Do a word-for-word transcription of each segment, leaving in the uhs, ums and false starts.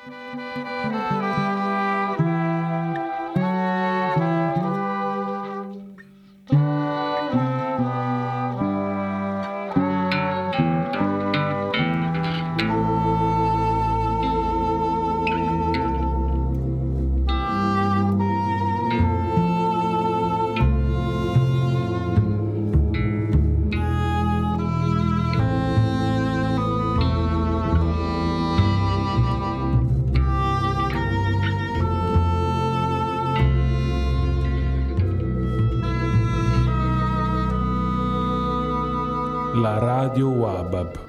La Radio Wabab.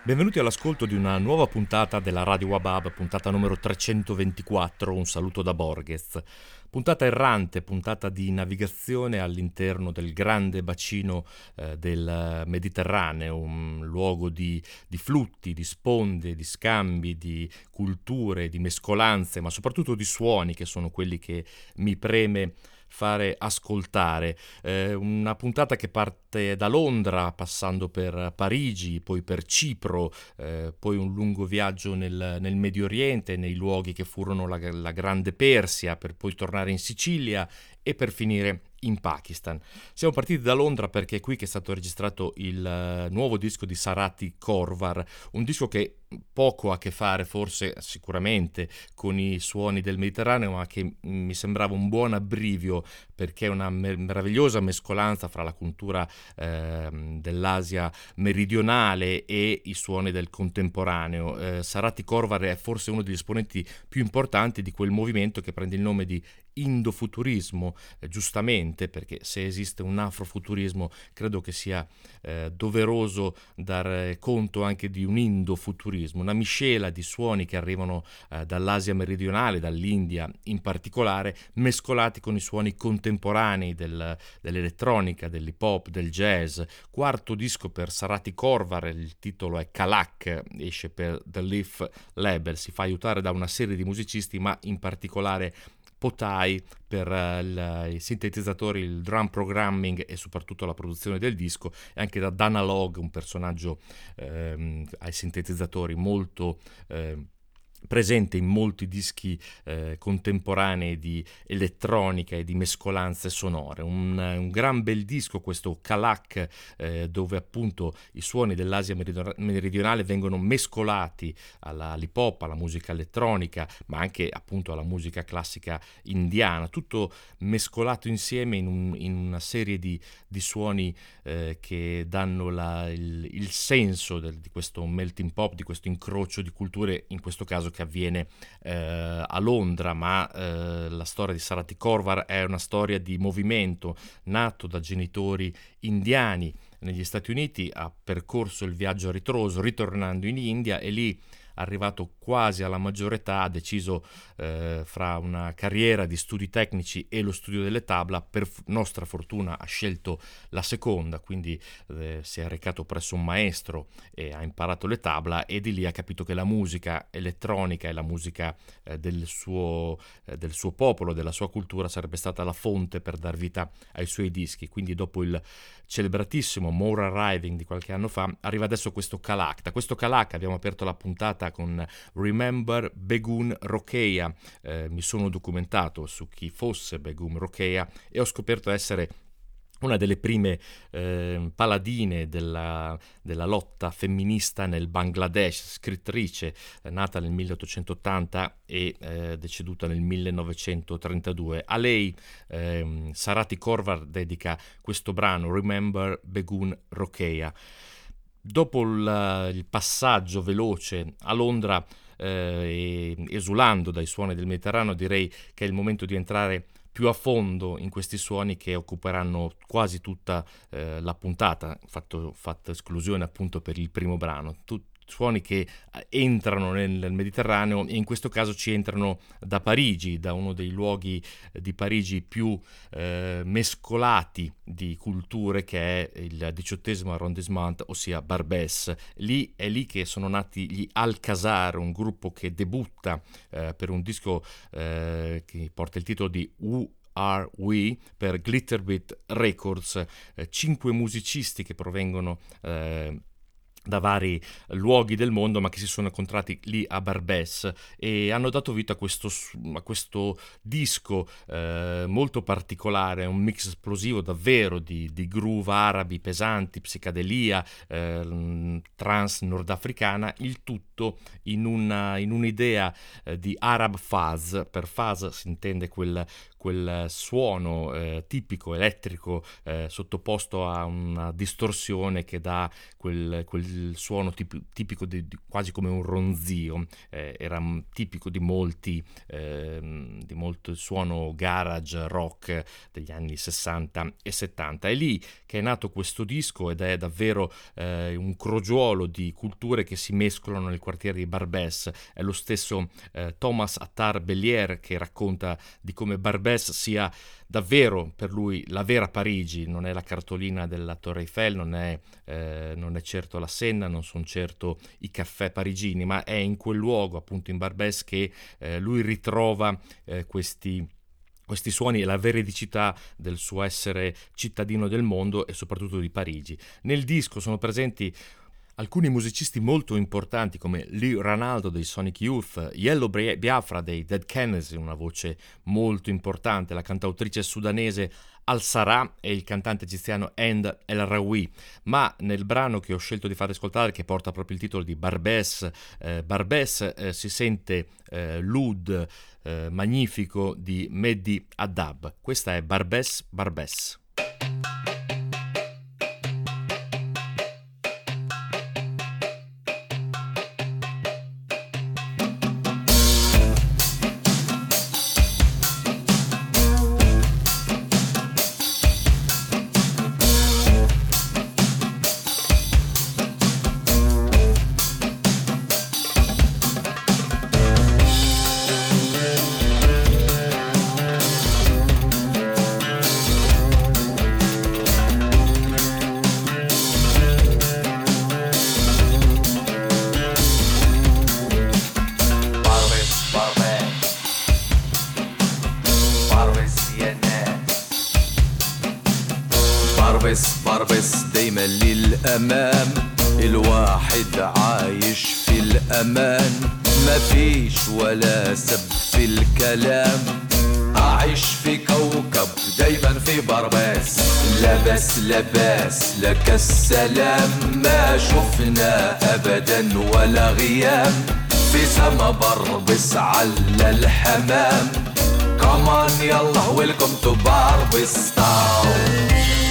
Benvenuti all'ascolto di una nuova puntata della Radio Wabab, puntata numero trecentoventiquattro, un saluto da Borghez. Puntata errante, puntata di navigazione all'interno del grande bacino eh, del Mediterraneo, un luogo di, di flutti, di sponde, di scambi, di culture, di mescolanze, ma soprattutto di suoni che sono quelli che mi preme fare ascoltare. Eh, una puntata che parte da Londra, passando per Parigi, poi per Cipro, eh, poi un lungo viaggio nel, nel Medio Oriente, nei luoghi che furono la, la Grande Persia, per poi tornare in Sicilia e per finire in Pakistan. Siamo partiti da Londra perché è qui che è stato registrato il uh, nuovo disco di Sarati Korvar, un disco che poco ha a che fare, forse sicuramente, con i suoni del Mediterraneo, ma che mh, mi sembrava un buon abbrivio perché è una mer- meravigliosa mescolanza fra la cultura eh, dell'Asia meridionale e i suoni del contemporaneo. Eh, Sarati Korvar è forse uno degli esponenti più importanti di quel movimento che prende il nome di indofuturismo, eh, giustamente, perché se esiste un afrofuturismo credo che sia eh, doveroso dare conto anche di un indofuturismo, una miscela di suoni che arrivano eh, dall'Asia meridionale, dall'India in particolare, mescolati con i suoni contemporanei del, dell'elettronica, dell'hip hop, del jazz. Quarto disco per Sarati Korvar, il titolo è Kalak, esce per The Leaf Label, si fa aiutare da una serie di musicisti, ma in particolare Potai per uh, il, i sintetizzatori, il drum programming e soprattutto la produzione del disco, e anche da Dana Log, un personaggio ehm, ai sintetizzatori molto eh, presente in molti dischi eh, contemporanei di elettronica e di mescolanze sonore. Un, un gran bel disco questo Kalak, eh, dove appunto i suoni dell'Asia meridionale vengono mescolati alla, all'hip hop, alla musica elettronica, ma anche appunto alla musica classica indiana, tutto mescolato insieme in, un, in una serie di, di suoni eh, che danno la, il, il senso del, di questo melting pot, di questo incrocio di culture, in questo caso che avviene eh, a Londra, ma eh, la storia di Sarati Korvar è una storia di movimento nato da genitori indiani negli Stati Uniti, ha percorso il viaggio a ritroso ritornando in India e lì, arrivato quasi alla maggiore età, ha deciso eh, fra una carriera di studi tecnici e lo studio delle tabla, per f- nostra fortuna ha scelto la seconda, quindi eh, si è recato presso un maestro e ha imparato le tabla, e di lì ha capito che la musica elettronica e la musica eh, del, suo, eh, del suo popolo, della sua cultura, sarebbe stata la fonte per dar vita ai suoi dischi. Quindi dopo il celebratissimo More Arriving di qualche anno fa, arriva adesso questo Kalak. Da questo Kalak abbiamo aperto la puntata con Remember Begun Rokeya. Eh, mi sono documentato su chi fosse Begum Rokeya e ho scoperto essere una delle prime eh, paladine della, della lotta femminista nel Bangladesh, scrittrice eh, nata nel milleottocentottanta e eh, deceduta nel millenovecentotrentadue. A lei eh, Sarati Korvar dedica questo brano, Remember Begun Rokeya. Dopo il, il passaggio veloce a Londra, eh, esulando dai suoni del Mediterraneo, direi che è il momento di entrare più a fondo in questi suoni che occuperanno quasi tutta eh, la puntata, fatto, fatta esclusione appunto per il primo brano. Tut- suoni che entrano nel, nel Mediterraneo, e in questo caso ci entrano da Parigi, da uno dei luoghi di Parigi più eh, mescolati di culture, che è il diciottesimo arrondissement, ossia Barbès. Lì è lì che sono nati gli Alcazar, un gruppo che debutta eh, per un disco eh, che porta il titolo di Who Are We per Glitterbit Records. Eh, cinque musicisti che provengono eh, da vari luoghi del mondo, ma che si sono incontrati lì a Barbès e hanno dato vita a questo, a questo disco eh, molto particolare, un mix esplosivo davvero di, di groove arabi pesanti, psicadelia, eh, trance nordafricana, il tutto in, una, in un'idea eh, di Arab Fuzz. Per Fuzz si intende quel quel suono eh, tipico elettrico eh, sottoposto a una distorsione che dà quel, quel suono tip- tipico di, di, quasi come un ronzio. Eh, era tipico di molti eh, di molto suono garage rock degli anni sessanta e settanta. È lì che è nato questo disco ed è davvero eh, un crogiuolo di culture che si mescolano nel quartiere di Barbès. È lo stesso eh, Thomas Attar Bellier che racconta di come Barbès sia davvero per lui la vera Parigi. Non è la cartolina della Torre Eiffel, non è, eh, non è certo la Senna, non sono certo i caffè parigini, ma è in quel luogo, appunto in Barbès, che eh, lui ritrova eh, questi questi suoni e la veridicità del suo essere cittadino del mondo e soprattutto di Parigi. Nel disco sono presenti alcuni musicisti molto importanti come Lee Ranaldo dei Sonic Youth, Yellow Biafra dei Dead Kennedys, una voce molto importante, la cantautrice sudanese Al-Sarah e il cantante egiziano End El Rawi. Ma nel brano che ho scelto di far ascoltare, che porta proprio il titolo di Barbès, eh, Barbès eh, si sente eh, l'oud eh, magnifico di Mehdi Haddad. Questa è Barbès Barbès. دايما للأمام الواحد عايش في الأمان ما فيش ولا سب في الكلام أعيش في كوكب دايما في برباس لبس لباس لك السلام ما شفنا أبدا ولا غيام في سما بربس على الحمام كمان يلا ويلكم تو بربس تاون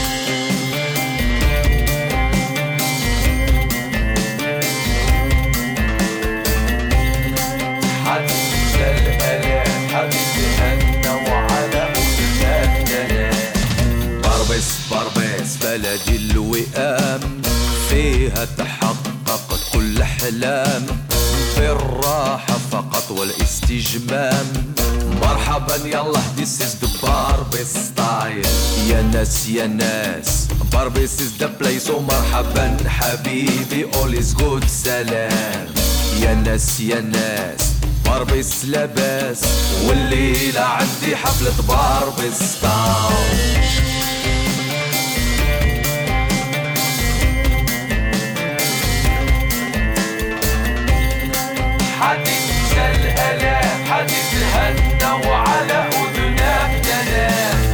بلدي الوئام فيها تحقق كل أحلام بالراحة فقط والاستجمام مرحبا يلا this is the Barbès style يا ناس يا ناس Barbès is the place ومرحبا حبيبي all is good سلام يا ناس يا ناس Barbès لباس والليلة عندي حفلة Barbès town حديث الألام حديث الهنا وعلى أذنك تنام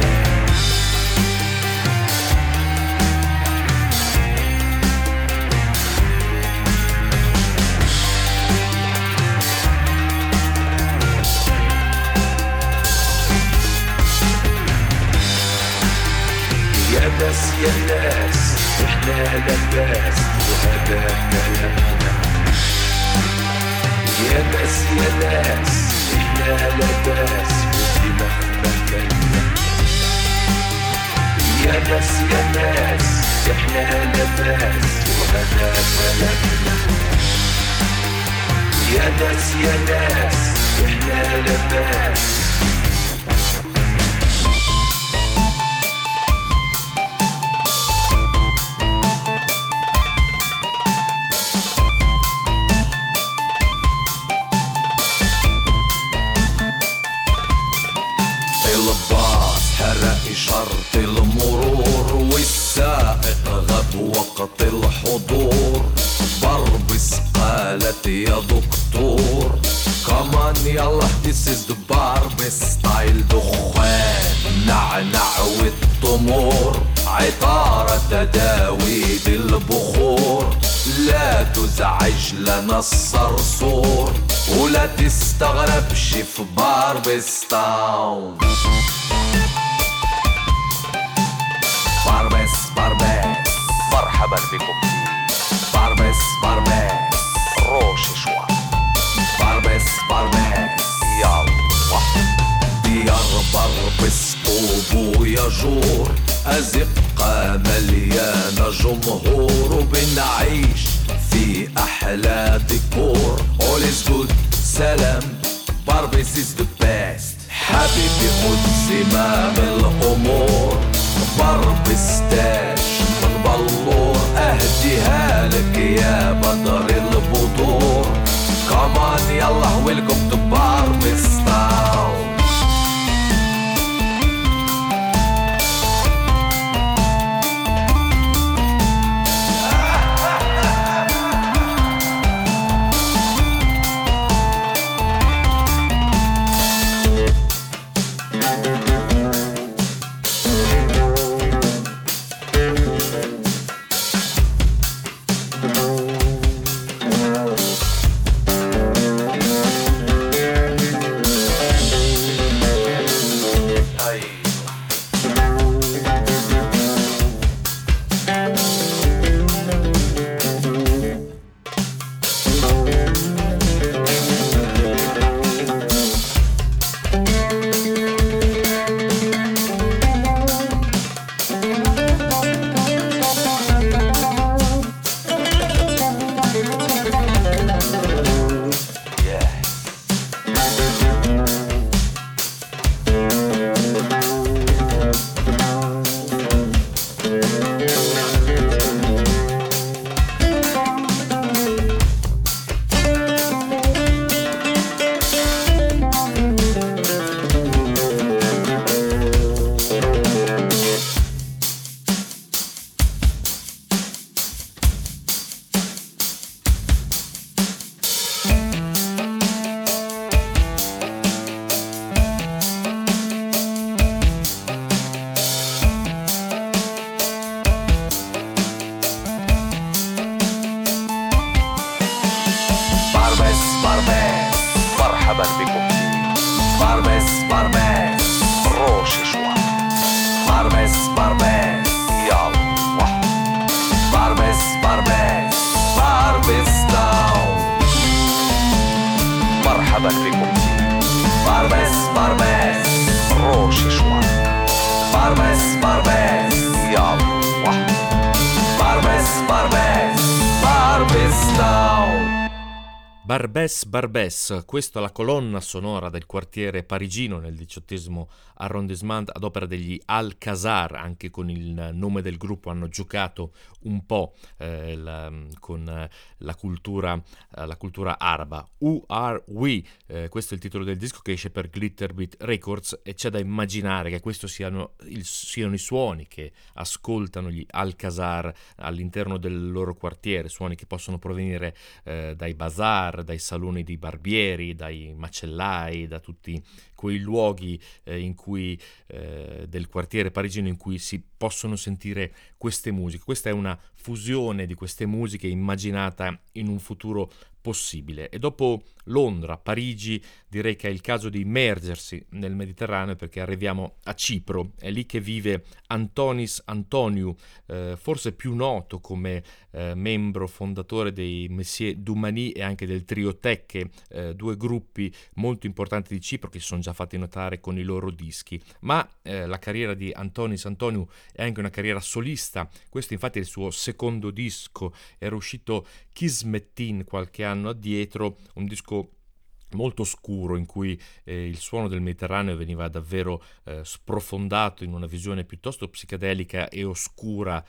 يا ناس يا ناس احنا لباس وهذا كلامنا يا ناس يا ناس احنا لباس ودماغنا كلنا يا ناس يا ناس احنا لباس وهذا كلامنا يا ناس يا ناس احنا لباس شرط المرور والسائق غاب وقت الحضور بربس قالت يا دكتور كمان يلا this is the Barbès style دخان نعنع والتمور عطارة تداوي بالبخور لا تزعج لنا الصرصور ولا تستغربش في باربستاون. باربس باربس مرحبا بكم في باربس باربس روش شوا. باربس باربس يلا ديار باربس طوب ويجور، أزقة مليانة جمهور وبنعيش في أحلى ديكور. All is good سلام باربس is the best. حبيبي خد زمام الأمور، باربس تاج من بلور أهديها لك يا بدر البدور. كمان يلا ويلكم تو باربس تاون. Barbès Barbès, questa è la colonna sonora del quartiere parigino nel diciottesimo arrondissement ad opera degli Alcazar. Anche con il nome del gruppo hanno giocato un po' eh, la, con la cultura, eh, la cultura araba. Who Are We? Eh, questo è il titolo del disco che esce per Glitterbeat Records e c'è da immaginare che questo siano, il, siano i suoni che ascoltano gli Alcazar all'interno del loro quartiere, suoni che possono provenire eh, dai bazar, dai saloni di barbieri, dai macellai, da tutti quei luoghi eh, in cui eh, del quartiere parigino in cui si possono sentire queste musiche. Questa è una fusione di queste musiche immaginata in un futuro possibile. E dopo Londra, Parigi, direi che è il caso di immergersi nel Mediterraneo, perché arriviamo a Cipro. È lì che vive Antonis Antoniou, eh, forse più noto come eh, membro fondatore dei Messier Dumani e anche del Trio Tecche, eh, due gruppi molto importanti di Cipro che si sono già fatti notare con i loro dischi. Ma eh, la carriera di Antonis Antoniou è anche una carriera solista. Questo infatti è il suo secondo disco, era uscito Kismetin qualche anno addietro, un disco molto scuro in cui eh, il suono del Mediterraneo veniva davvero eh, sprofondato in una visione piuttosto psichedelica e oscura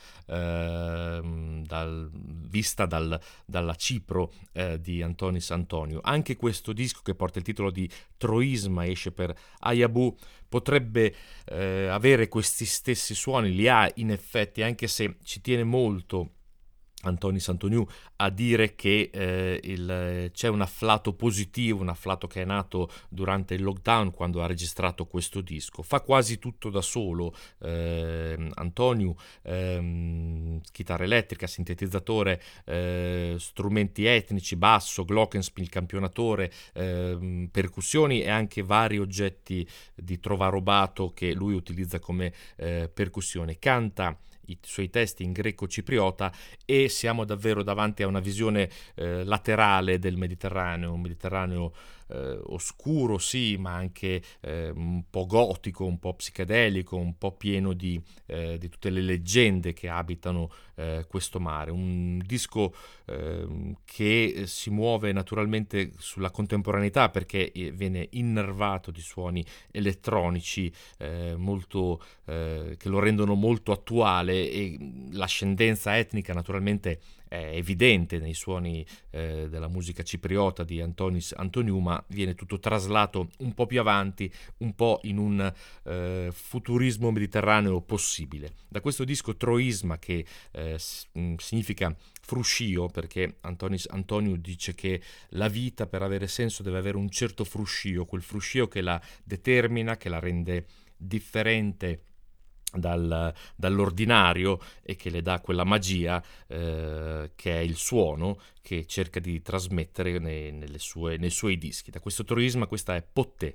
eh, dal, vista dal, dalla Cipro eh, di Antonis Antoniou. Anche questo disco, che porta il titolo di Troisma, esce per Ayabu, potrebbe eh, avere questi stessi suoni, li ha in effetti, anche se ci tiene molto Antonis Antoniou a dire che eh, il, c'è un afflato positivo, un afflato che è nato durante il lockdown quando ha registrato questo disco. Fa quasi tutto da solo, eh, Antoniou, ehm, chitarra elettrica, sintetizzatore, eh, strumenti etnici, basso, glockenspiel, campionatore, eh, percussioni e anche vari oggetti di trovarobato che lui utilizza come eh, percussione. Canta i suoi testi in greco cipriota e siamo davvero davanti a una visione eh, laterale del Mediterraneo, un Mediterraneo eh, oscuro sì, ma anche eh, un po' gotico, un po' psichedelico, un po' pieno di, eh, di tutte le leggende che abitano eh, questo mare. Un disco eh, che si muove naturalmente sulla contemporaneità perché viene innervato di suoni elettronici eh, molto eh, che lo rendono molto attuale, e l'ascendenza etnica naturalmente è evidente nei suoni eh, della musica cipriota di Antonis Antoniou, ma viene tutto traslato un po' più avanti, un po' in un eh, futurismo mediterraneo possibile. Da questo disco Troisma, che eh, significa fruscio, perché Antonis Antoniou dice che la vita per avere senso deve avere un certo fruscio, quel fruscio che la determina, che la rende differente Dal, dall'ordinario e che le dà quella magia eh, che è il suono che cerca di trasmettere nei, nelle sue, nei suoi dischi. Da questo Troisma questa è Potè.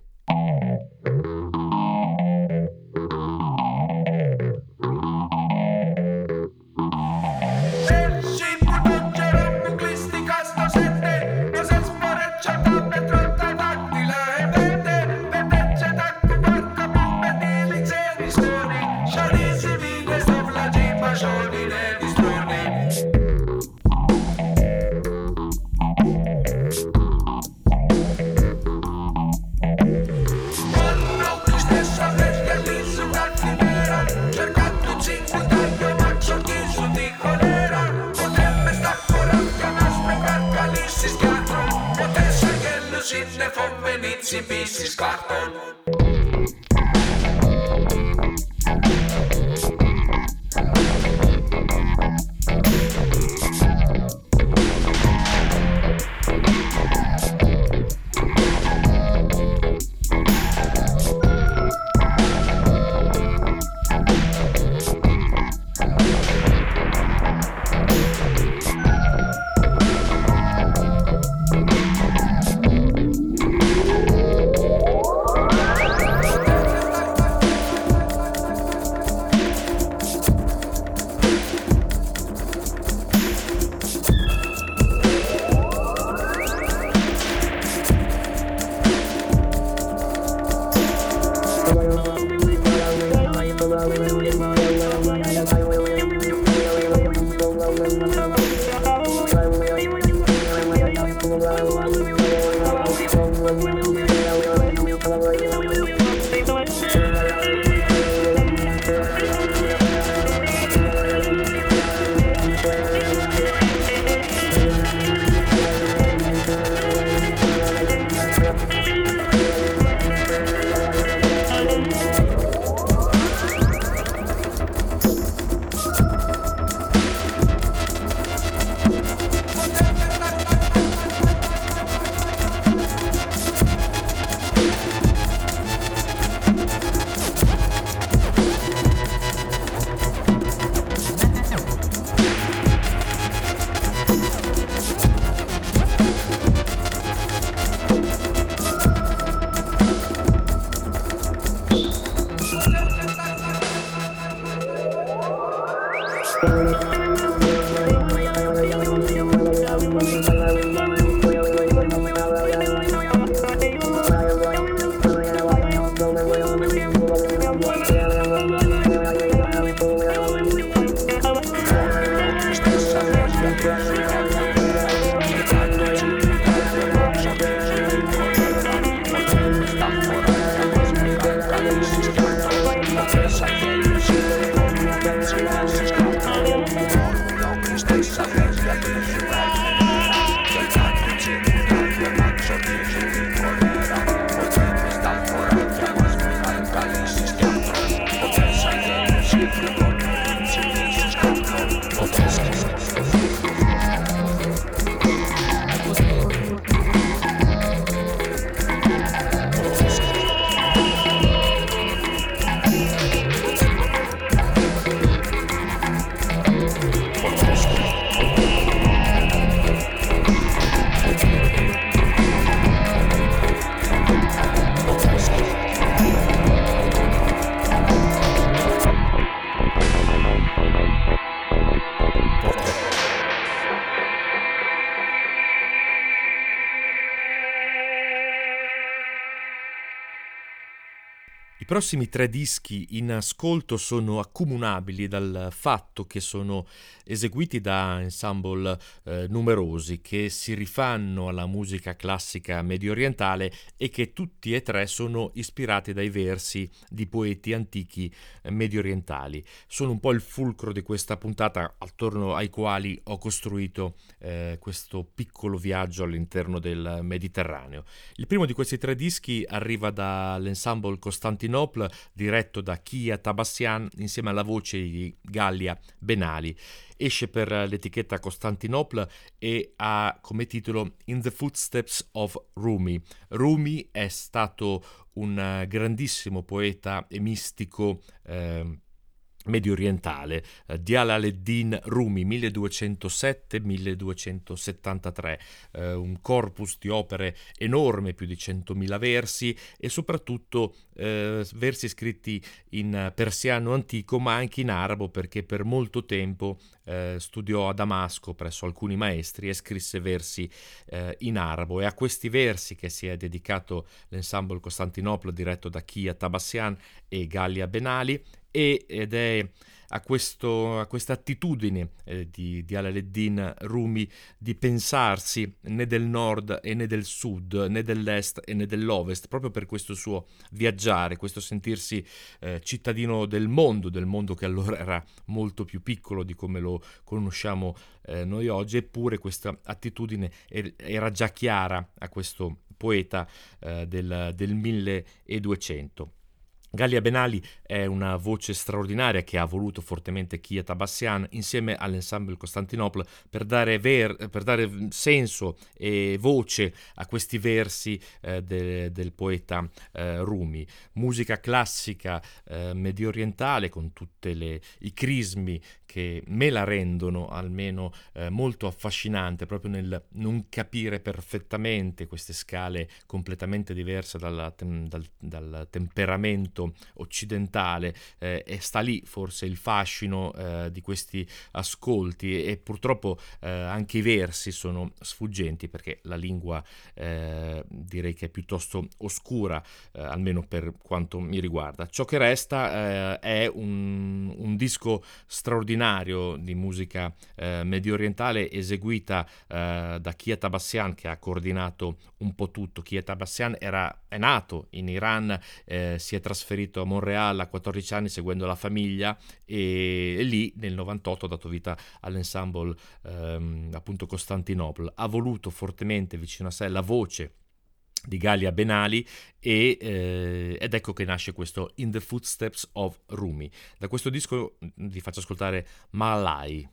prossimi tre dischi in ascolto sono accomunabili dal fatto che sono eseguiti da ensemble eh, numerosi che si rifanno alla musica classica mediorientale e che tutti e tre sono ispirati dai versi di poeti antichi eh, mediorientali. Sono un po' il fulcro di questa puntata attorno ai quali ho costruito eh, questo piccolo viaggio all'interno del Mediterraneo. Il primo di questi tre dischi arriva dall'ensemble Costantinople, diretto da Kia Tabassian insieme alla voce di Gallia Benali. Esce per l'etichetta Costantinople e ha come titolo In the Footsteps of Rumi. Rumi è stato un grandissimo poeta e mistico eh, medio orientale, eh, Jalaluddin Rumi, milleduecentosette milleduecentosettantatré, eh, un corpus di opere enorme, più di centomila versi e soprattutto eh, versi scritti in persiano antico ma anche in arabo, perché per molto tempo eh, studiò a Damasco presso alcuni maestri e scrisse versi eh, in arabo. E a questi versi che si è dedicato l'ensemble Costantinople diretto da Kia Tabassian e Gallia Benali, e, ed è a, questo, a questa attitudine eh, di, di Jalaluddin Rumi di pensarsi né del nord e né del sud, né dell'est e né dell'ovest, proprio per questo suo viaggiare, questo sentirsi eh, cittadino del mondo, del mondo che allora era molto più piccolo di come lo conosciamo eh, noi oggi, eppure questa attitudine era già chiara a questo poeta eh, del, del milleduecento. Gallia Benali è una voce straordinaria che ha voluto fortemente Kia Tabassian insieme all'ensemble Costantinople per dare, ver- per dare senso e voce a questi versi eh, de- del poeta eh, Rumi. Musica classica eh, mediorientale con tutti i crismi che me la rendono almeno eh, molto affascinante, proprio nel non capire perfettamente queste scale completamente diverse dalla tem- dal, dal temperamento occidentale, eh, e sta lì forse il fascino eh, di questi ascolti, e purtroppo eh, anche i versi sono sfuggenti perché la lingua eh, direi che è piuttosto oscura, eh, almeno per quanto mi riguarda. Ciò che resta eh, è un, un disco straordinario di musica eh, mediorientale eseguita eh, da Kia Tabassian, che ha coordinato un po' tutto. Kia Tabassian era, è nato in Iran, eh, si è trasferito a Montréal a quattordici anni seguendo la famiglia e, e lì nel novantotto ha dato vita all'ensemble ehm, appunto Costantinople. Ha voluto fortemente vicino a sé la voce di Gallia Benali e, eh, ed ecco che nasce questo In the Footsteps of Rumi. Da questo disco vi faccio ascoltare Malai.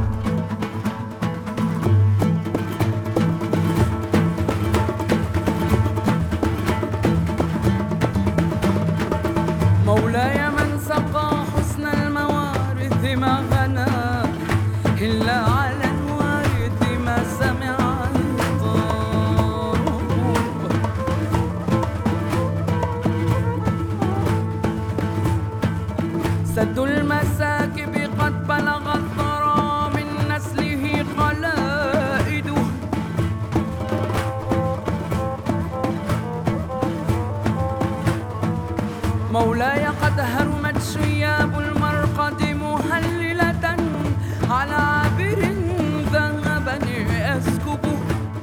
مولاي من سقى حسن الموارث ما غنى إلا على الوارث ما سمع الطرب سد المساكب قد بلغ الثرى من نسله قلائده مولاي قد هرمت شياب المرقد مهللة على عابر ذهبا يسكبه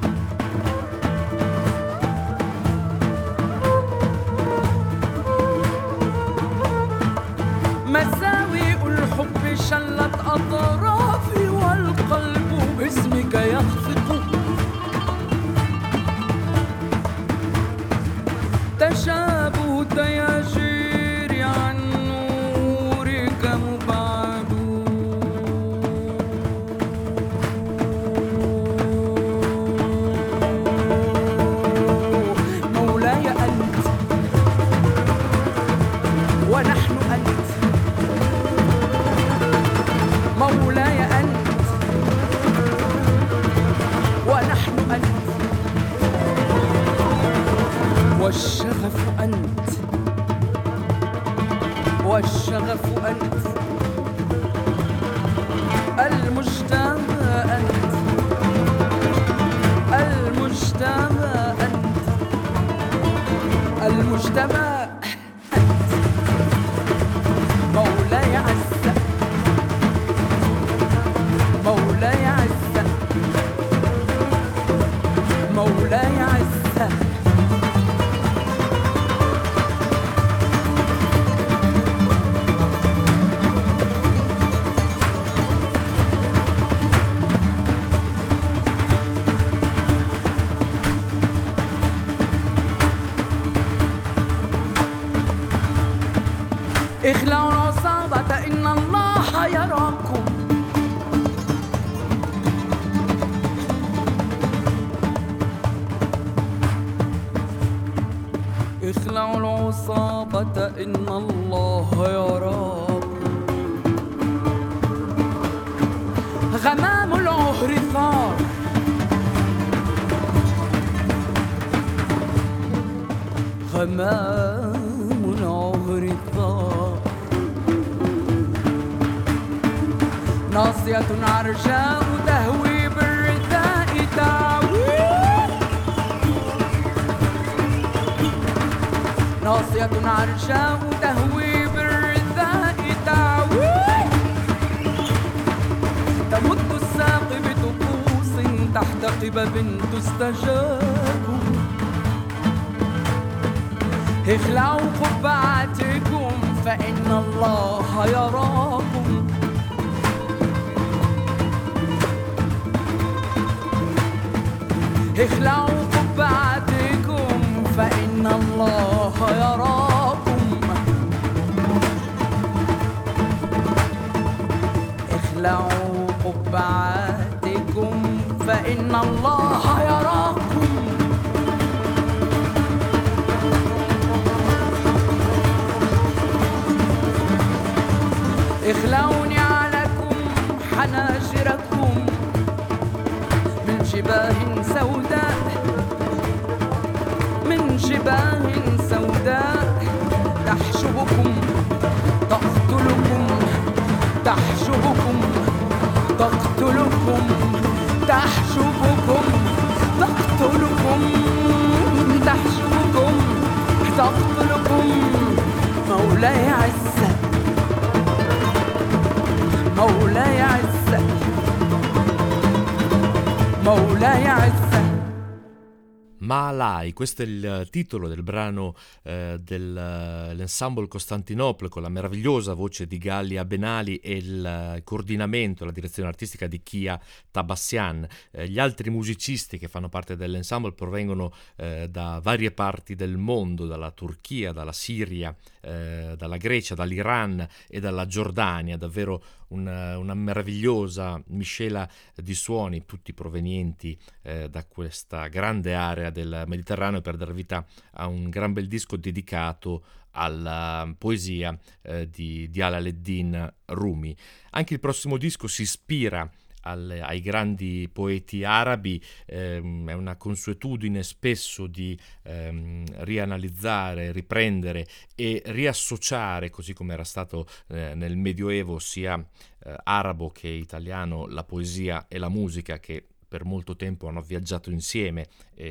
مساوئ الحب شلت أطرافي والقلب باسمك يخفق تشابه الدياجير عن نورك مبعد مولاي أنت ونحن أنت مولاي أنت ونحن أنت والشغف أنت والشغف أنت المجتمع أنت المجتمع أنت المجتمع أنت مولاي عزة اخلعوا العصابة إن الله يراكم اخلعوا العصابة إن الله يراكم غمام العهر ثار غمام العهر ثار ناصية عرجاء تهوي بالرداء تعويل ناصية عرجاء تهوي بالرداء تعويل تمد الساق بطقوس تحت قبب تستجاب اخلعوا قبعاتكم فإن الله يراكم اخلعوا قبعاتكم فإن الله يراكم اخلعوا قبعاتكم فإن الله يراكم اخلعوا نعالكم حناجركم من جباه سوداء من جباه سوداء تحشبكم تقتلكم تحشبكم تقتلكم تحشبكم تقتلكم تحشبكم تقتلكم مولاي عزة مولاي عزة مولاي عزة Maalai, questo è il titolo del brano eh, dell'ensemble Costantinople con la meravigliosa voce di Gallia Benali e il coordinamento, la direzione artistica di Kia Tabassian. Eh, gli altri musicisti che fanno parte dell'ensemble provengono eh, da varie parti del mondo, dalla Turchia, dalla Siria, eh, dalla Grecia, dall'Iran e dalla Giordania, davvero una, una meravigliosa miscela di suoni, tutti provenienti eh, da questa grande area del Mediterraneo, per dar vita a un gran bel disco dedicato alla poesia eh, di, di Jalaluddin Rumi. Anche il prossimo disco si ispira Alle, ai grandi poeti arabi, ehm, è una consuetudine spesso di ehm, rianalizzare, riprendere e riassociare, così come era stato eh, nel Medioevo, sia eh, arabo che italiano, la poesia e la musica, che per molto tempo hanno viaggiato insieme,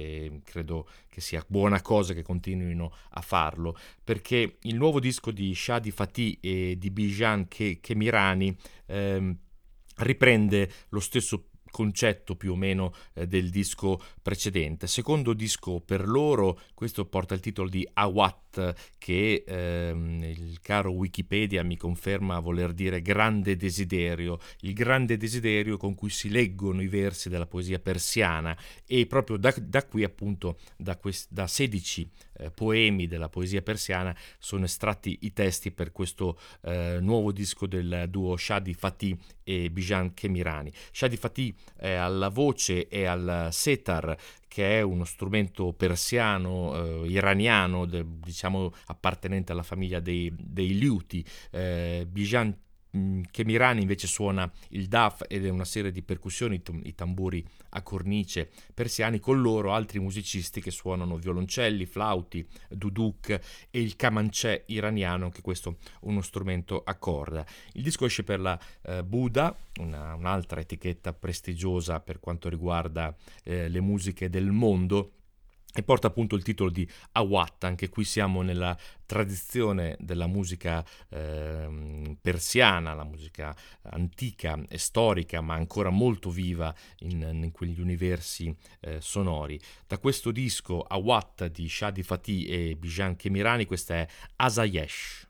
e credo che sia buona cosa che continuino a farlo, perché il nuovo disco di Shadi Fatih e di Bijan Kemirani ehm, riprende lo stesso concetto più o meno eh, del disco precedente. Secondo disco per loro, questo porta il titolo di Awat, che ehm, il caro Wikipedia mi conferma voler dire grande desiderio, il grande desiderio con cui si leggono i versi della poesia persiana, e proprio da, da qui appunto da, quest, da sedici eh, poemi della poesia persiana sono estratti i testi per questo eh, nuovo disco del duo Shadi Fatih e Bijan Kemirani. Shadi Fatih è alla voce e al setar, che è uno strumento persiano, eh, iraniano, de, diciamo appartenente alla famiglia dei, dei liuti. Eh, Bijan Kemirani invece suona il daf ed è una serie di percussioni, i tamburi a cornice persiani, con loro altri musicisti che suonano violoncelli, flauti, duduk e il kamancheh iraniano, anche questo uno strumento a corda. Il disco esce per la eh, Buddha, una, un'altra etichetta prestigiosa per quanto riguarda eh, le musiche del mondo, e porta appunto il titolo di Awat. Anche qui siamo nella tradizione della musica eh, persiana, la musica antica e storica, ma ancora molto viva in, in quegli universi eh, sonori. Da questo disco Awat di Shadi Fatih e Bijan Kemirani, questa è Asayesh.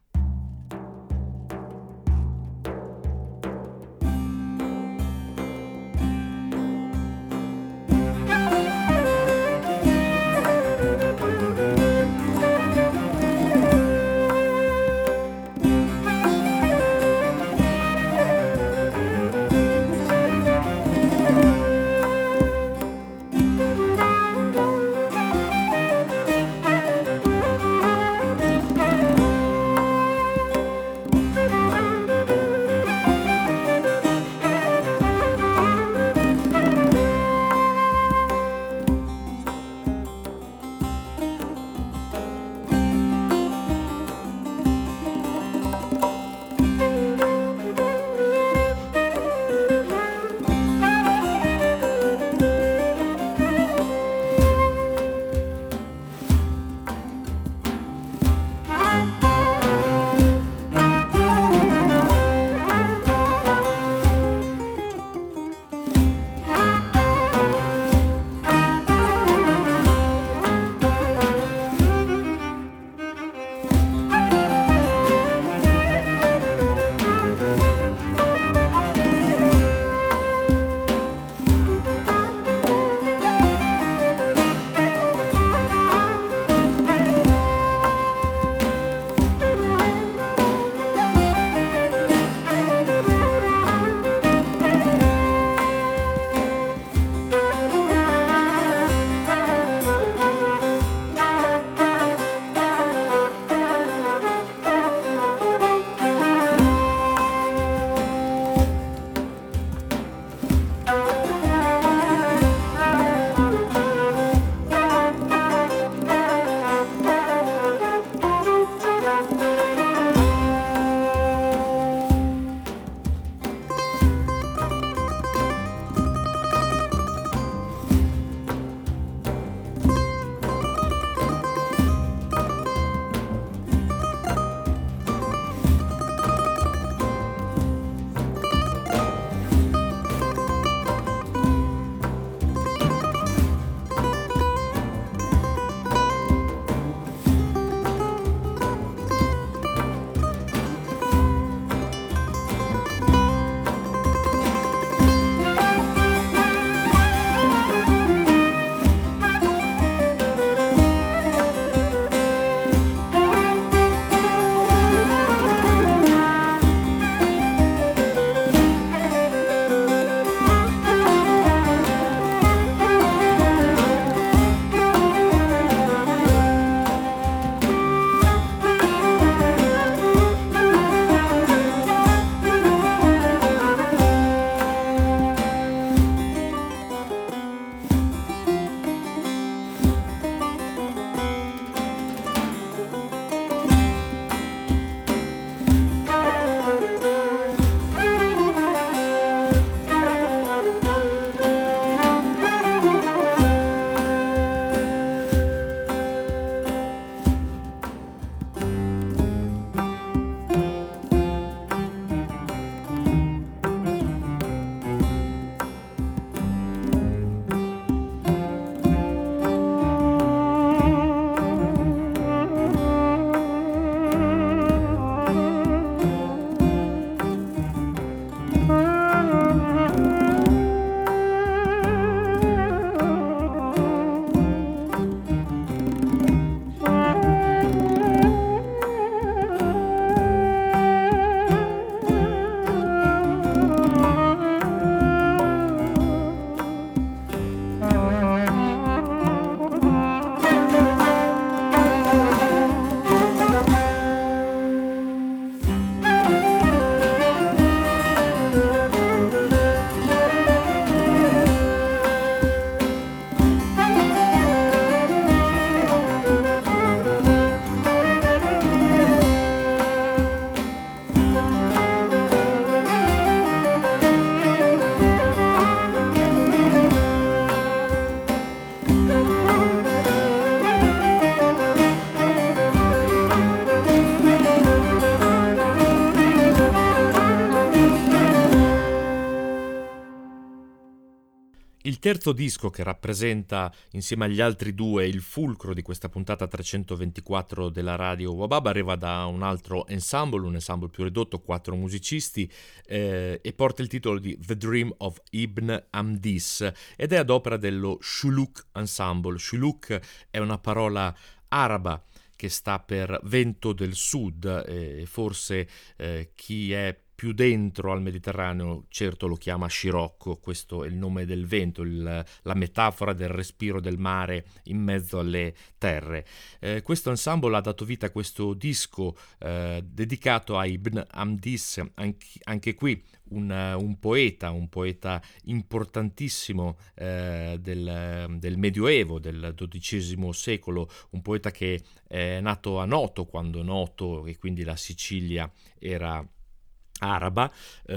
terzo disco che rappresenta insieme agli altri due il fulcro di questa puntata trecentoventiquattro della Radio Wabab arriva da un altro ensemble, un ensemble più ridotto, quattro musicisti, eh, e porta il titolo di The Dream of Ibn Amdis ed è ad opera dello Shuluk Ensemble. Shuluk è una parola araba che sta per vento del sud e forse eh, chi è più dentro al Mediterraneo certo lo chiama scirocco, questo è il nome del vento, il, la metafora del respiro del mare in mezzo alle terre. Eh, questo ensemble ha dato vita a questo disco eh, dedicato a Ibn Amdis, anche, anche qui un, un poeta, un poeta importantissimo eh, del, del Medioevo, del dodicesimo secolo, un poeta che è nato a Noto, quando Noto e quindi la Sicilia era araba.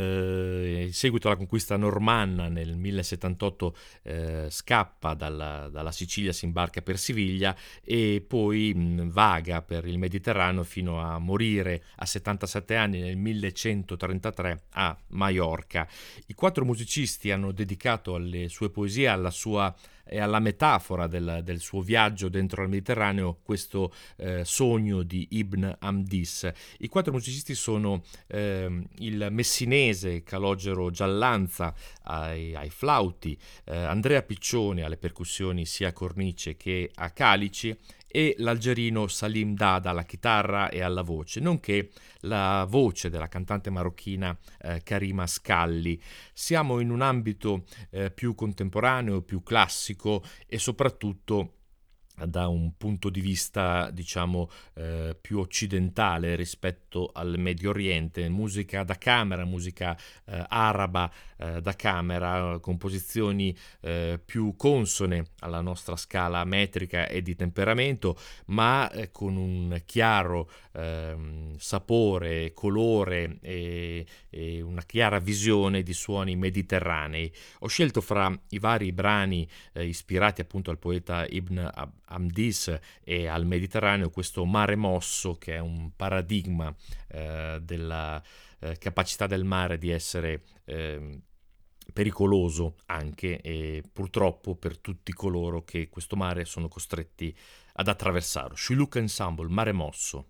Eh, in seguito alla conquista normanna nel millesettantotto eh, scappa dalla, dalla Sicilia, si imbarca per Siviglia e poi mh, vaga per il Mediterraneo fino a morire a settantasette anni nel millecentotrentatré a Maiorca. I quattro musicisti hanno dedicato alle sue poesie, alla sua e alla metafora del, del suo viaggio dentro al Mediterraneo questo eh, sogno di Ibn Amdis. I quattro musicisti sono eh, il messinese Calogero Giallanza ai, ai flauti, eh, Andrea Piccioni alle percussioni sia a cornice che a calici e l'algerino Salim Dada alla chitarra e alla voce, nonché la voce della cantante marocchina eh, Karima Scalli. Siamo in un ambito eh, più contemporaneo, più classico e soprattutto da un punto di vista diciamo eh, più occidentale rispetto al Medio Oriente, musica da camera, musica eh, araba eh, da camera, composizioni eh, più consone alla nostra scala metrica e di temperamento, ma eh, con un chiaro eh, sapore, colore e, e una chiara visione di suoni mediterranei. Ho scelto fra i vari brani eh, ispirati appunto al poeta Ibn Amdis e al Mediterraneo questo Mare Mosso, che è un paradigma eh, della eh, capacità del mare di essere eh, pericoloso anche e purtroppo per tutti coloro che questo mare sono costretti ad attraversarlo. Shuluk Ensemble, Mare Mosso.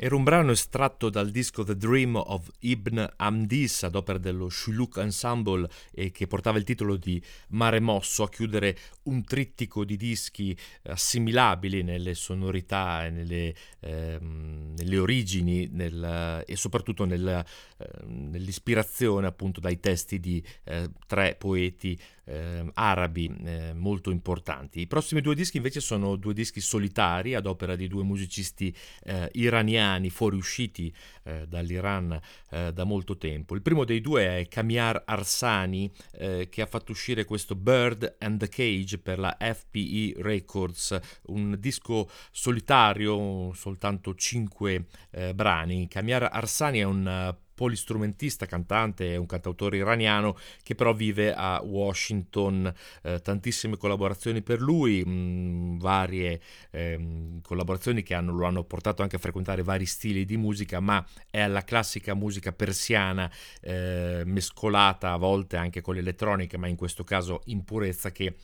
Era un brano estratto dal disco The Dream of Ibn Amdis ad opera dello Shuluk Ensemble e che portava il titolo di Mare Mosso, a chiudere un trittico di dischi assimilabili nelle sonorità e nelle, ehm, nelle origini nel, e soprattutto nel, eh, nell'ispirazione appunto dai testi di eh, tre poeti eh, arabi eh, molto importanti. I prossimi due dischi invece sono due dischi solitari ad opera di due musicisti eh, iraniani fuoriusciti eh, dall'Iran eh, da molto tempo. Il primo dei due è Kamiar Arsani, eh, che ha fatto uscire questo Bird and the Cage per la F P E Records, un disco solitario, soltanto cinque eh, brani. Kamiar Arsani è un uh, polistrumentista, cantante, è un cantautore iraniano che però vive a Washington, eh, tantissime collaborazioni per lui, mh, varie eh, collaborazioni che hanno, lo hanno portato anche a frequentare vari stili di musica, ma è alla classica musica persiana eh, mescolata a volte anche con l'elettronica, ma in questo caso in purezza, che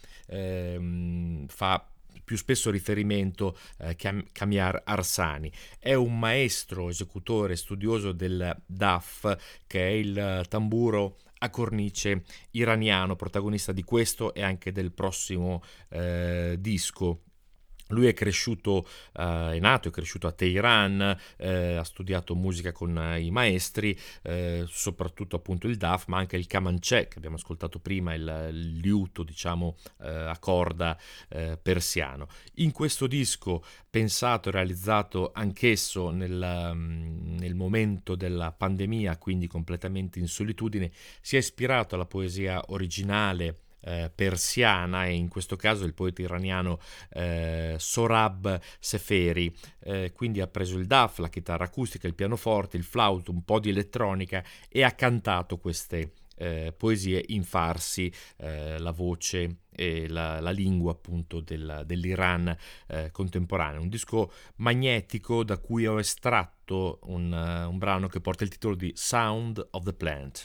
eh, fa più spesso riferimento a eh, Kamiar Arsani. È un maestro, esecutore, studioso del daf, che è il tamburo a cornice iraniano, protagonista di questo e anche del prossimo eh, disco. Lui è cresciuto, eh, è nato e cresciuto a Teheran, eh, ha studiato musica con eh, i maestri, eh, soprattutto appunto il daf, ma anche il kamancheh, che abbiamo ascoltato prima, il, il liuto, diciamo, eh, a corda eh, persiano. In questo disco, pensato e realizzato anch'esso nel, nel momento della pandemia, quindi completamente in solitudine, si è ispirato alla poesia originale Eh, persiana, e in questo caso il poeta iraniano eh, Sohrab Seferi, eh, quindi ha preso il daf, la chitarra acustica, il pianoforte, il flauto, un po' di elettronica e ha cantato queste eh, poesie in farsi, eh, la voce e la, la lingua appunto del, dell'Iran eh, contemporaneo. Un disco magnetico da cui ho estratto un, uh, un brano che porta il titolo di Sound of the Plant.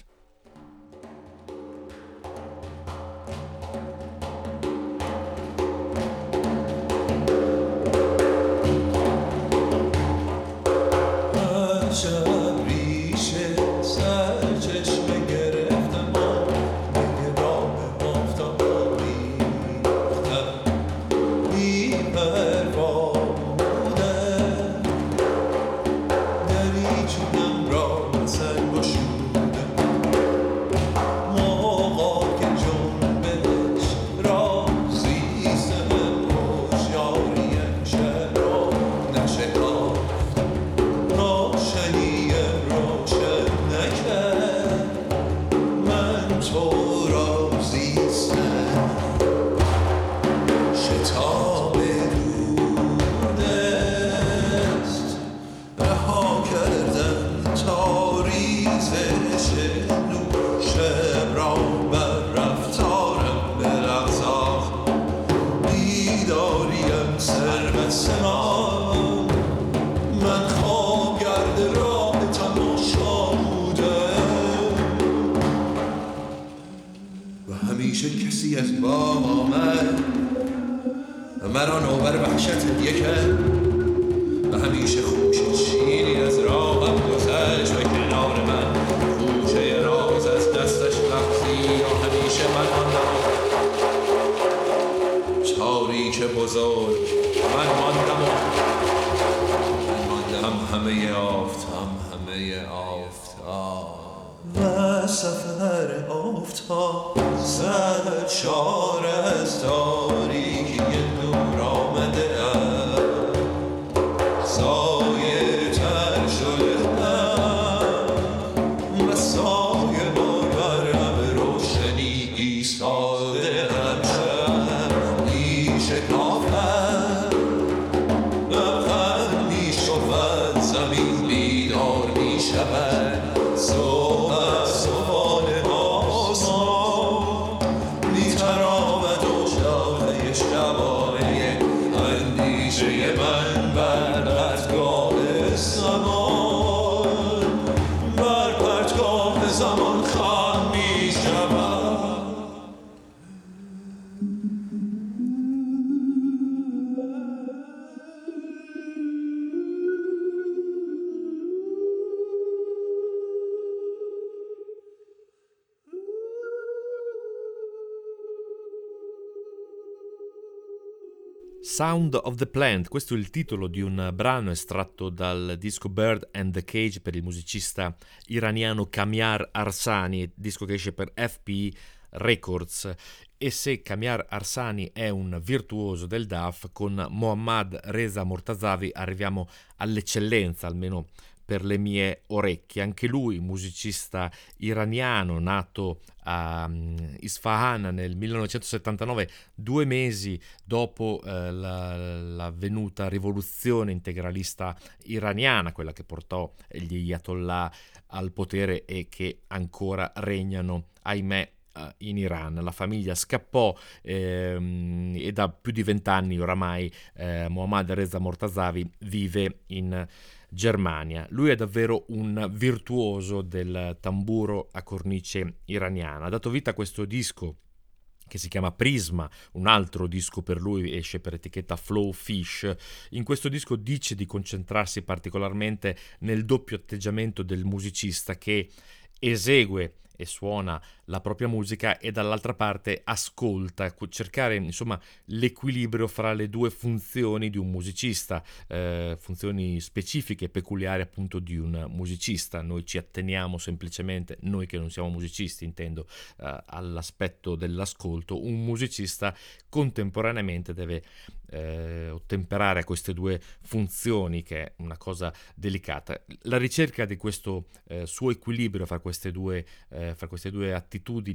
Sound of the Plant, questo è il titolo di un brano estratto dal disco Bird and the Cage per il musicista iraniano Kamiar Arsani, disco che esce per F P Records. E se Kamiar Arsani è un virtuoso del D A F, con Mohammad Reza Mortazavi arriviamo all'eccellenza, almeno per le mie orecchie. Anche lui, musicista iraniano, nato a Isfahan nel millenovecentosettantanove, due mesi dopo eh, la, l'avvenuta rivoluzione integralista iraniana, quella che portò gli ayatollah al potere e che ancora regnano, ahimè, in Iran. La famiglia scappò ehm, e da più di vent'anni oramai eh, Mohammad Reza Mortazavi vive in Germania. Lui è davvero un virtuoso del tamburo a cornice iraniana. Ha dato vita a questo disco che si chiama Prisma, un altro disco per lui, esce per etichetta Flow Fish. In questo disco dice di concentrarsi particolarmente nel doppio atteggiamento del musicista che esegue e suona la propria musica e dall'altra parte ascolta, cercare insomma l'equilibrio fra le due funzioni di un musicista, eh, funzioni specifiche, peculiari appunto di un musicista. Noi ci atteniamo semplicemente, noi che non siamo musicisti intendo, eh, all'aspetto dell'ascolto. Un musicista contemporaneamente deve eh, ottemperare a queste due funzioni, che è una cosa delicata. La ricerca di questo eh, suo equilibrio fra queste due eh, fra queste due attitudini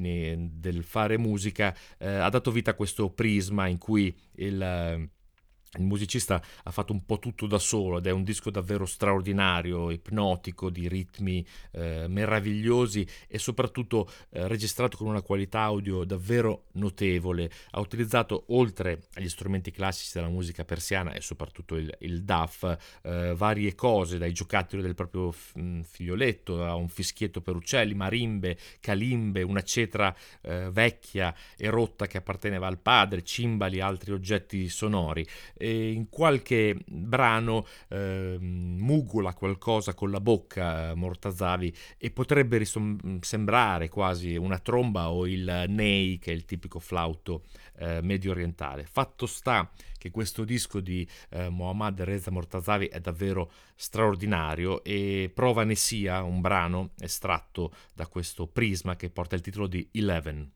del fare musica eh, ha dato vita a questo Prisma, in cui il Il musicista ha fatto un po' tutto da solo ed è un disco davvero straordinario, ipnotico, di ritmi eh, meravigliosi e soprattutto eh, registrato con una qualità audio davvero notevole. Ha utilizzato, oltre agli strumenti classici della musica persiana e soprattutto il, il daf, eh, varie cose, dai giocattoli del proprio f- figlioletto a un fischietto per uccelli, marimbe, calimbe, una cetra eh, vecchia e rotta che apparteneva al padre, cimbali, altri oggetti sonori. E in qualche brano eh, mugula qualcosa con la bocca eh, Mortazavi, e potrebbe risom- sembrare quasi una tromba o il ney, che è il tipico flauto eh, medio orientale. Fatto sta che questo disco di eh, Mohammad Reza Mortazavi è davvero straordinario, e prova ne sia un brano estratto da questo Prisma che porta il titolo di Eleven.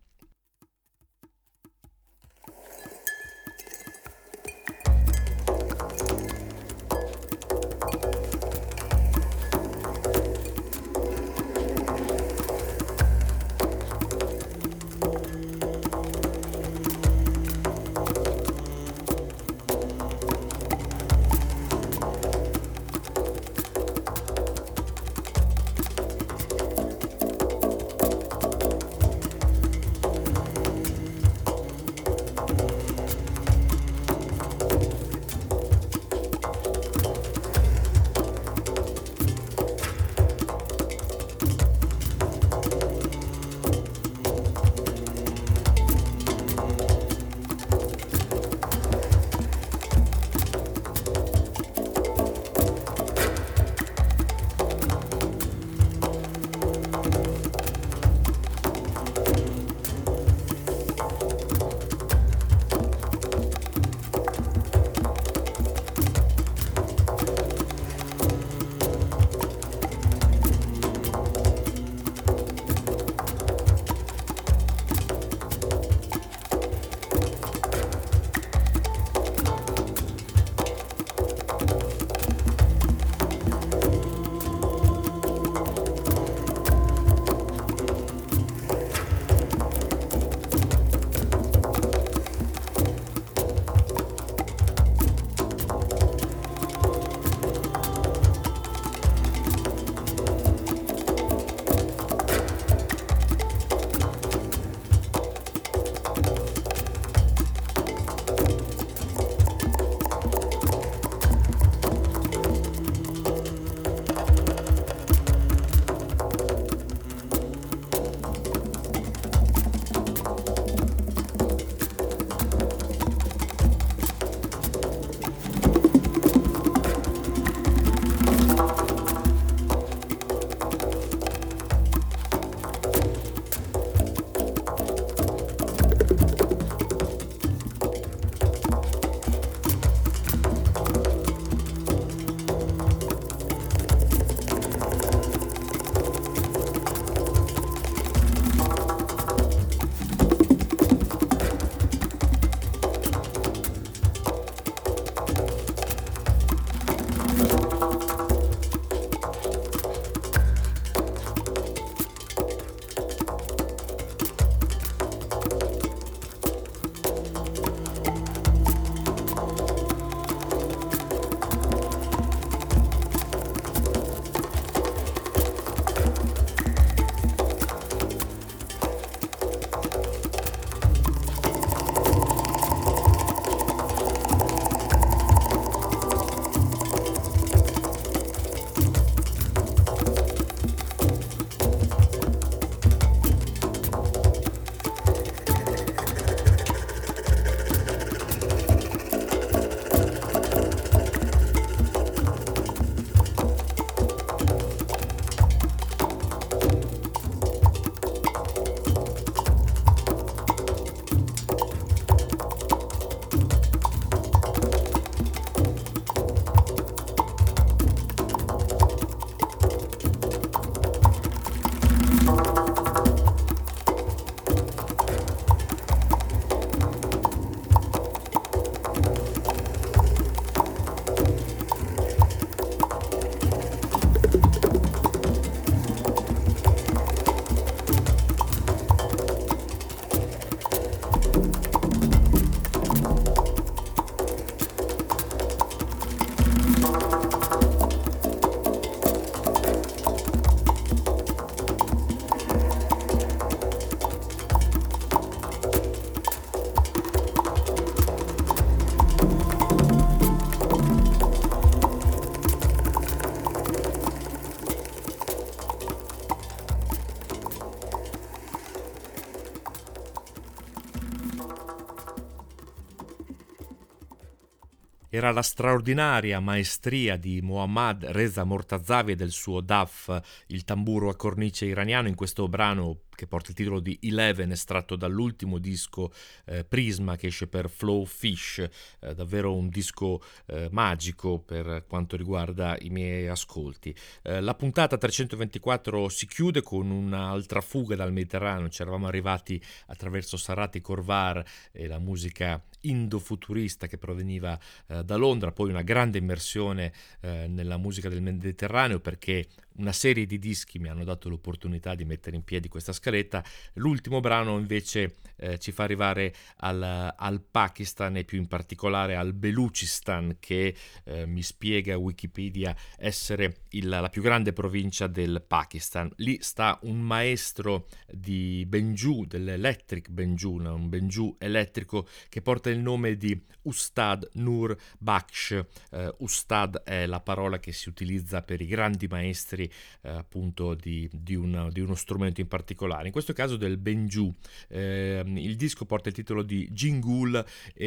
Era la straordinaria maestria di Mohammad Reza Mortazavi e del suo daf, il tamburo a cornice iraniano, in questo brano che porta il titolo di Eleven, estratto dall'ultimo disco eh, Prisma che esce per Flow Fish, eh, davvero un disco eh, magico per quanto riguarda i miei ascolti. Eh, la puntata trecentoventiquattro si chiude con un'altra fuga dal Mediterraneo. Ci eravamo arrivati attraverso Sarati Corvar e la musica indofuturista che proveniva eh, da Londra, poi una grande immersione eh, nella musica del Mediterraneo, perché una serie di dischi mi hanno dato l'opportunità di mettere in piedi questa scaletta. L'ultimo brano invece eh, ci fa arrivare al, al Pakistan e più in particolare al Belucistan, che eh, mi spiega Wikipedia essere il, la più grande provincia del Pakistan. Lì sta un maestro di Benju, dell'electric Benju, un Benju elettrico che porta il nome di Ustad Nur Bakhsh. Uh, Ustad è la parola che si utilizza per i grandi maestri uh, appunto di, di, una, di uno strumento in particolare, in questo caso del Benju. Uh, il disco porta il titolo di Jingul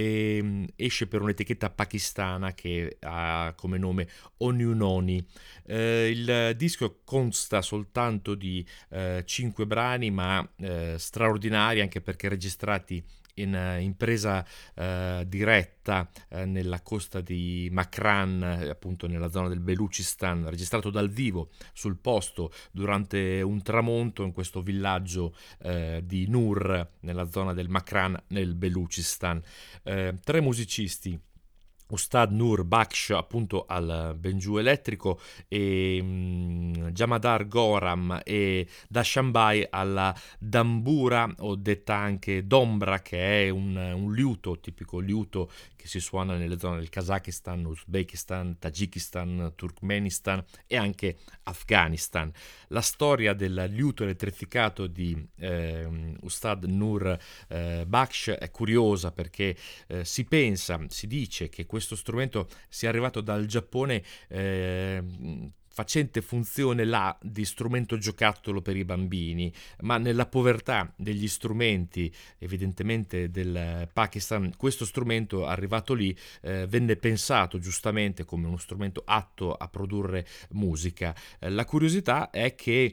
e um, esce per un'etichetta pakistana che ha come nome Onyunoni. Uh, il disco consta soltanto di uh, cinque brani, ma uh, straordinari anche perché registrati in, in presa eh, diretta eh, nella costa di Makran, eh, appunto nella zona del Belucistan, registrato dal vivo sul posto durante un tramonto in questo villaggio eh, di Nur, nella zona del Makran, nel Belucistan. Eh, tre musicisti, Ustad Nur Bakhsh appunto al Benju elettrico e um, Jamadar Goram e Dashambai alla Dambura, o detta anche Dombra, che è un, un liuto, tipico liuto che si suona nelle zone del Kazakistan, Uzbekistan, Tagikistan, Turkmenistan e anche Afghanistan. La storia del liuto elettrificato di eh, Ustad Nur eh, Bakhsh è curiosa perché eh, si pensa, si dice che questo strumento sia arrivato dal Giappone eh, facente funzione là di strumento giocattolo per i bambini, ma nella povertà degli strumenti evidentemente del Pakistan questo strumento arrivato lì eh, venne pensato giustamente come uno strumento atto a produrre musica. Eh, la curiosità è che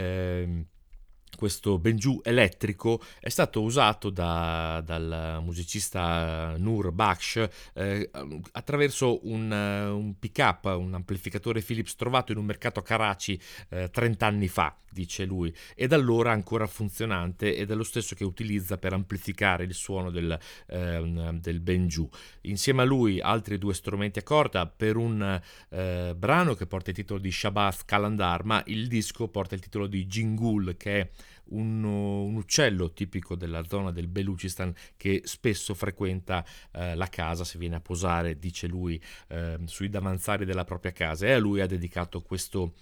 eh, questo Benju elettrico è stato usato da, dal musicista Nur Bakhsh eh, attraverso un, un pick-up, un amplificatore Philips trovato in un mercato a Karachi eh, trenta anni fa, dice lui, e da allora ancora funzionante ed è lo stesso che utilizza per amplificare il suono del, eh, del Benju. Insieme a lui altri due strumenti a corda per un eh, brano che porta il titolo di Shabaz Kalandar, ma il disco porta il titolo di Jingul, che è Un, un uccello tipico della zona del Belucistan che spesso frequenta eh, la casa, si viene a posare, dice lui, eh, sui davanzali della propria casa, e a lui ha dedicato questo,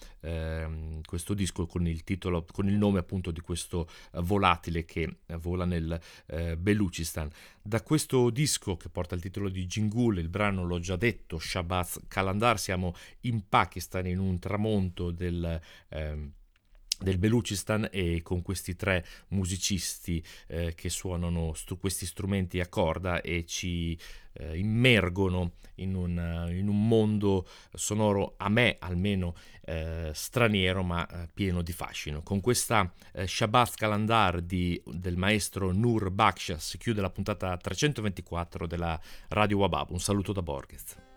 eh, questo disco con il titolo, con il nome appunto di questo eh, volatile che eh, vola nel eh, Belucistan. Da questo disco che porta il titolo di Jingul, il brano l'ho già detto, Shabaz Kalandar, siamo in Pakistan in un tramonto del eh, del Belucistan e con questi tre musicisti eh, che suonano stu- questi strumenti a corda e ci eh, immergono in un, in un mondo sonoro, a me almeno eh, straniero, ma eh, pieno di fascino. Con questa eh, Shabaz Kalandar di, del maestro Nur Bakhsh si chiude la puntata trecentoventiquattro della Radio Wabab. Un saluto da Borges.